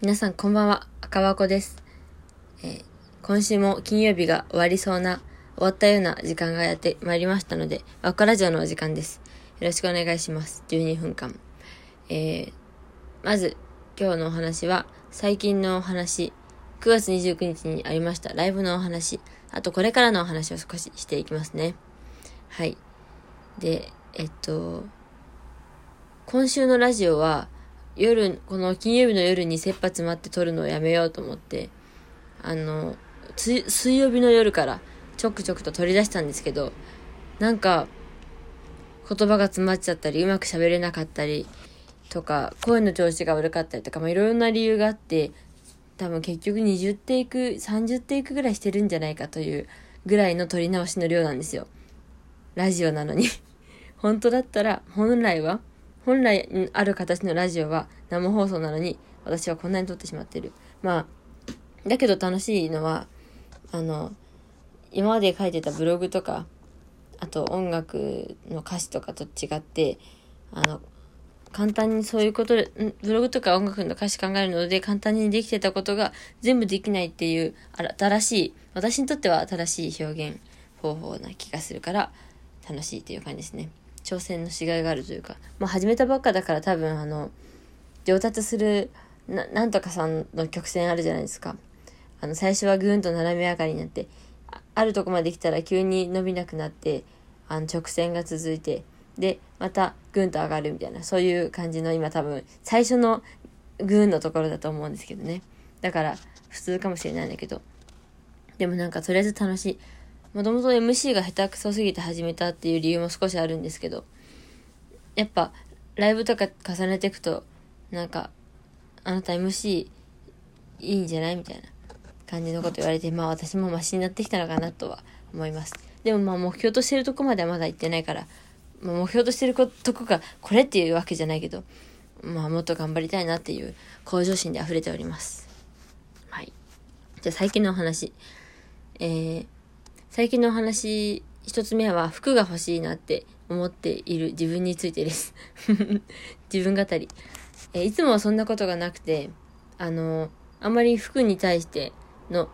皆さんこんばんは、赤和子です。今週も金曜日が終わったような時間がやってまいりましたので、和子ラジオのお時間です。よろしくお願いします。12分間。まず今日のお話は最近のお話、9月29日にありましたライブのお話、あとこれからのお話を少ししていきますね。はい。で、今週のラジオはこの金曜日の夜に切羽詰まって撮るのをやめようと思って、水曜日の夜からちょくちょくと取り出したんですけど、なんか言葉が詰まっちゃったり、うまく喋れなかったりとか、声の調子が悪かったりとか、いろんな理由があって、多分結局20テイク、30テイクぐらいしてるんじゃないかというぐらいの撮り直しの量なんですよ。ラジオなのに。本当だったら、本来ある形のラジオは生放送なのに、私はこんなに撮ってしまっている。だけど楽しいのは、今まで書いてたブログとか、あと音楽の歌詞とかと違って、簡単にそういうことで、ブログとか音楽の歌詞考えるので簡単にできてたことが全部できないっていう、私にとっては新しい表現方法な気がするから楽しいっていう感じですね。挑戦のしがいがあるというか、始めたばっかだから多分上達するなんとかさんの曲線あるじゃないですか。最初はぐーんと斜め上がりになって、あるとこまで来たら急に伸びなくなって、直線が続いて、でまたぐーんと上がるみたいな、そういう感じの今多分最初のぐーんのところだと思うんですけどね。だから普通かもしれないんだけど、でもとりあえず楽しい。もともと MC が下手くそすぎて始めたっていう理由も少しあるんですけど、やっぱライブとか重ねていくと、あなた MC いいんじゃないみたいな感じのこと言われて、私もマシになってきたのかなとは思います。でも目標としてるとこまではまだ行ってないから、目標としてるとこがこれっていうわけじゃないけど、もっと頑張りたいなっていう向上心で溢れております。はい。じゃあ最近のお話。最近のお話、一つ目は服が欲しいなって思っている自分についてです。自分語り。いつもはそんなことがなくて、あまり服に対しての、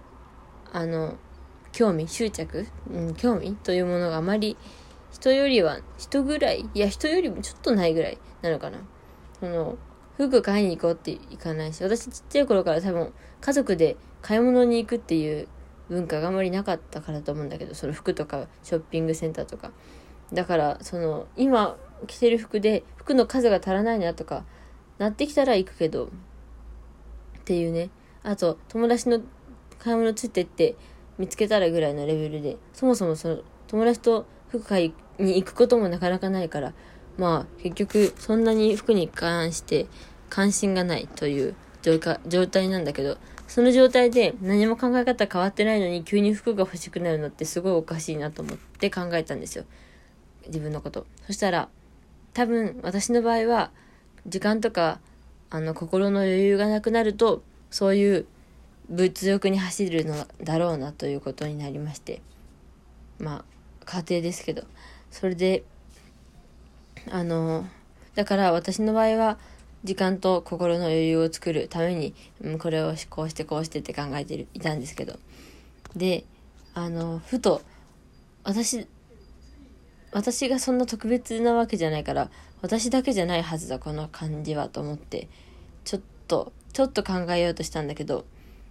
興味というものがあまり人よりもちょっとないぐらいなのかな。服買いに行こうって行かないし、私ちっちゃい頃から多分家族で買い物に行くっていう文化があまりなかったからと思うんだけど、その服とかショッピングセンターとか。だから今着てる服で服の数が足らないなとかなってきたら行くけどっていうね。あと友達の買い物ついてって見つけたらぐらいのレベルで、そもそもその友達と服買いに行くこともなかなかないから、結局そんなに服に関して関心がないという状態なんだけど、その状態で何も考え方変わってないのに急に服が欲しくなるのってすごいおかしいなと思って考えたんですよ、自分のこと。そしたら多分私の場合は時間とか心の余裕がなくなると、そういう物欲に走るのだろうなということになりまして、家庭ですけど、それでだから私の場合は時間と心の余裕を作るために、これをこうしてって考えていたんですけど、でふと私がそんな特別なわけじゃないから、私だけじゃないはずだこの感じはと思って、ちょっと考えようとしたんだけど、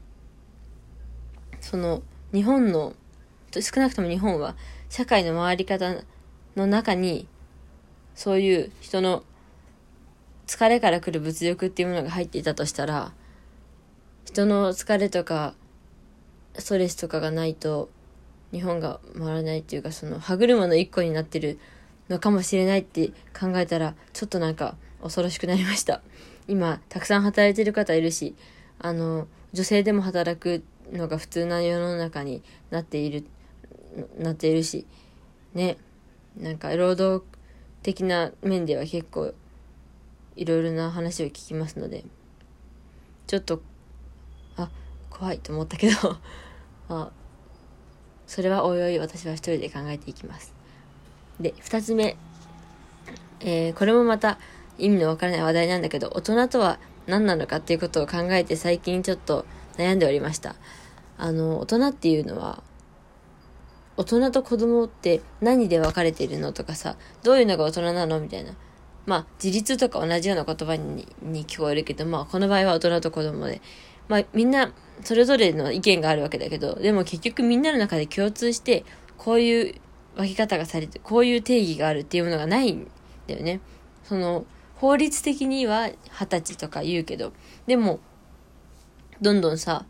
日本の少なくとも日本は社会の回り方の中にそういう人の疲れから来る物欲っていうものが入っていたとしたら、人の疲れとかストレスとかがないと日本が回らないっていうか、歯車の一個になってるのかもしれないって考えたら、ちょっと恐ろしくなりました。今たくさん働いてる方いるし、女性でも働くのが普通な世の中になっているしね。労働的な面では結構いろいろな話を聞きますので、ちょっと怖いと思ったけどそれはおいおい私は一人で考えていきます。で、2つ目、これもまた意味のわからない話題なんだけど、大人とは何なのかっていうことを考えて最近ちょっと悩んでおりました。大人っていうのは、大人と子供って何で分かれているのとかさ、どういうのが大人なのみたいな。自立とか同じような言葉に聞こえるけど、この場合は大人と子供で。みんなそれぞれの意見があるわけだけど、でも結局みんなの中で共通して、こういう分け方がされて、こういう定義があるっていうものがないんだよね。法律的には20歳とか言うけど、でも、どんどんさ、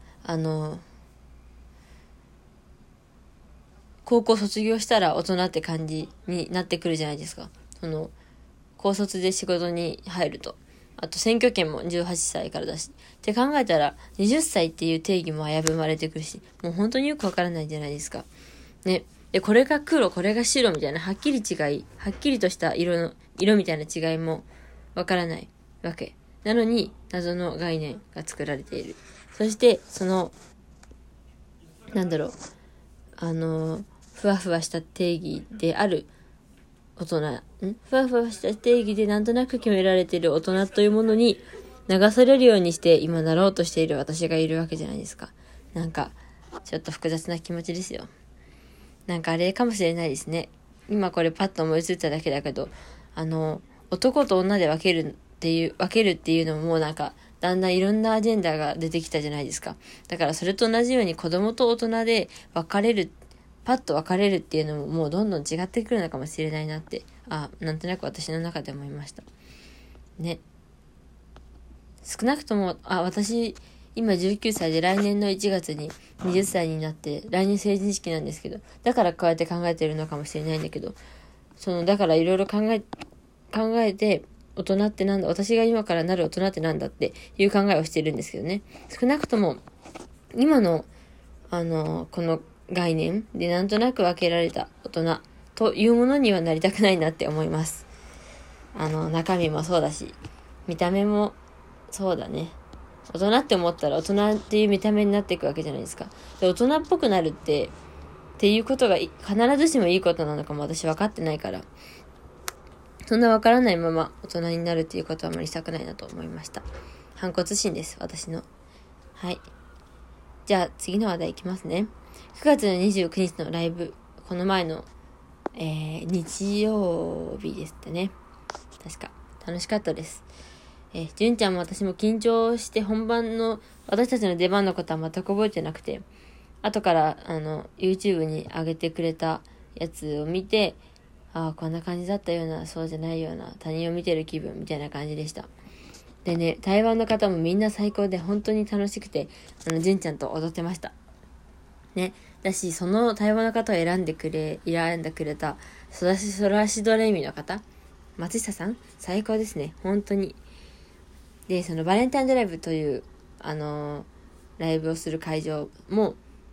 高校卒業したら大人って感じになってくるじゃないですか。高卒で仕事に入ると。あと選挙権も18歳からだし。って考えたら、20歳っていう定義も危ぶまれてくるし、もう本当によくわからないじゃないですか。ね。で、これが黒、これが白みたいな、はっきりとした色みたいな違いもわからないわけ。なのに、謎の概念が作られている。そして、ふわふわした定義であるふわふわした定義でなんとなく決められている大人というものに流されるようにして今なろうとしている私がいるわけじゃないですか。ちょっと複雑な気持ちですよ。あれかもしれないですね。今これパッと思いついただけだけど、男と女で分けるっていうのももうだんだんいろんなアジェンダが出てきたじゃないですか。だからそれと同じように子供と大人でパッと分かれるっていうのももうどんどん違ってくるのかもしれないなって、なんとなく私の中で思いました。ね。少なくとも、私、今19歳で来年の1月に20歳になって、来年成人式なんですけど、だからこうやって考えてるのかもしれないんだけど、だからいろいろ考えて、大人ってなんだ、私が今からなる大人ってなんだっていう考えをしてるんですけどね。少なくとも、今の、この概念でなんとなく分けられた大人というものにはなりたくないなって思います。中身もそうだし、見た目もそうだね。大人って思ったら大人っていう見た目になっていくわけじゃないですか。で、大人っぽくなるっていうことが必ずしもいいことなのかも私分かってないから、そんな分からないまま大人になるっていうことはあまりしたくないなと思いました。反骨心です、私の。はい。じゃあ次の話題いきますね。9月の29日のライブ、この前の、日曜日でしたね。確か。楽しかったです。純ちゃんも私も緊張して本番の私たちの出番のことは全く覚えてなくて、後からYouTube に上げてくれたやつを見て、こんな感じだったような、そうじゃないような、他人を見てる気分みたいな感じでした。でね、台湾の方もみんな最高で本当に楽しくて、純ちゃんと踊ってました。ね。だし、その台湾の方を選んでくれた、ソラシドレミの方、松下さん最高ですね。本当に。で、バレンタインドライブという、ライブをする会場も、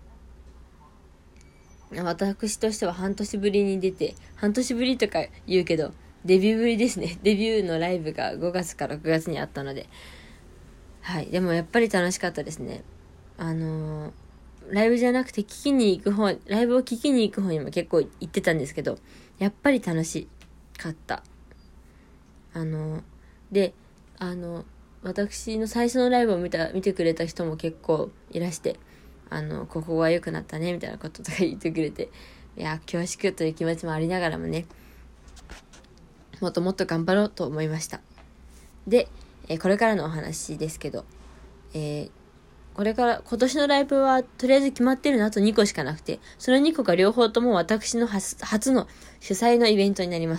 私としては半年ぶりに出て、半年ぶりとか言うけど、デビューぶりですね。デビューのライブが5月から6月にあったので。はい。でもやっぱり楽しかったですね。ライブじゃなくてライブを聞きに行く方にも結構行ってたんですけど、やっぱり楽しかった。私の最初のライブを見てくれた人も結構いらして、ここが良くなったねみたいなこととか言ってくれて、いや恐縮という気持ちもありながらもね、もっともっと頑張ろうと思いました。で、これからのお話ですけど、今年のライブはとりあえず決まってるのあと2個しかなくて、その2個が両方とも私の初の主催のイベントになります。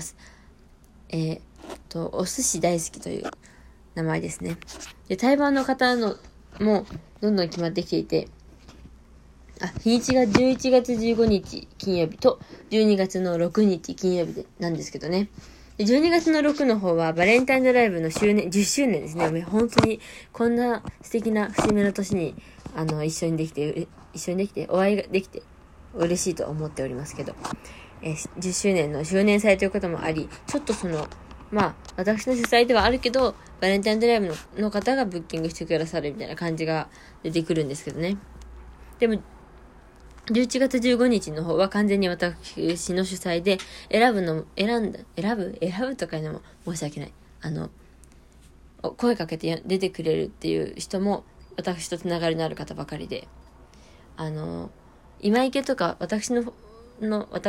お寿司大好きという名前ですね。で、台湾の方のもどんどん決まってきていて、日にちが11月15日金曜日と12月の6日金曜日なんですけどね。で、12月の6の方はバレンタインドライブの10周年ですね。本当にこんな素敵な節目の年に一緒にできてお会いができて嬉しいと思っておりますけど、10周年の周年祭ということもあり、ちょっと私の主催ではあるけど、バレンタインドライブの方がブッキングしてくださるみたいな感じが出てくるんですけどね。でも、11月15日の方は完全に私の主催で、選ぶとかいうのも申し訳ない。 声かけて出てくれるっていう人も私とつながりのある方ばかりで、今池とか私のフ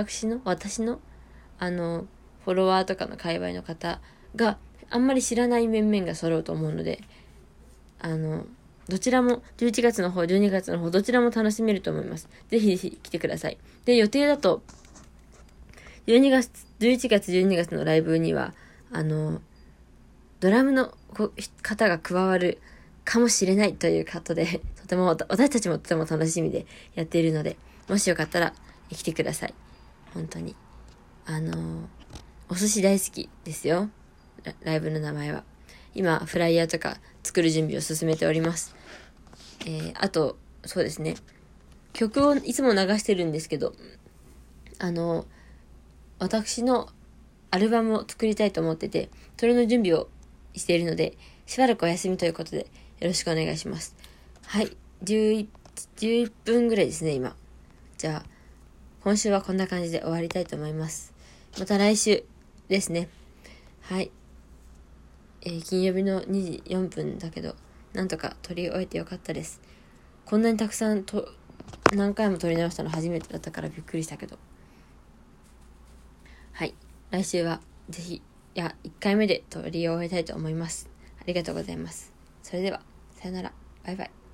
ォロワーとかの界隈の方があんまり知らない面々が揃うと思うので、どちらも11月の方、12月の方、どちらも楽しめると思います。ぜひぜひ来てください。で、予定だと、11月、12月のライブには、ドラムの方が加わるかもしれないということで、私たちもとても楽しみでやっているので、もしよかったら来てください。本当に。お寿司大好きですよ。ライブの名前は。今、フライヤーとか作る準備を進めております。あと、そうですね。曲をいつも流してるんですけど、私のアルバムを作りたいと思ってて、それの準備をしているので、しばらくお休みということで、よろしくお願いします。はい。11分ぐらいですね、今。じゃあ、今週はこんな感じで終わりたいと思います。また来週ですね。はい。金曜日の2時4分だけど、なんとか撮り終えてよかったです。こんなにたくさん何回も撮り直したの初めてだったからびっくりしたけど。はい。来週はぜひ、1回目で撮り終えたいと思います。ありがとうございます。それでは、さよなら。バイバイ。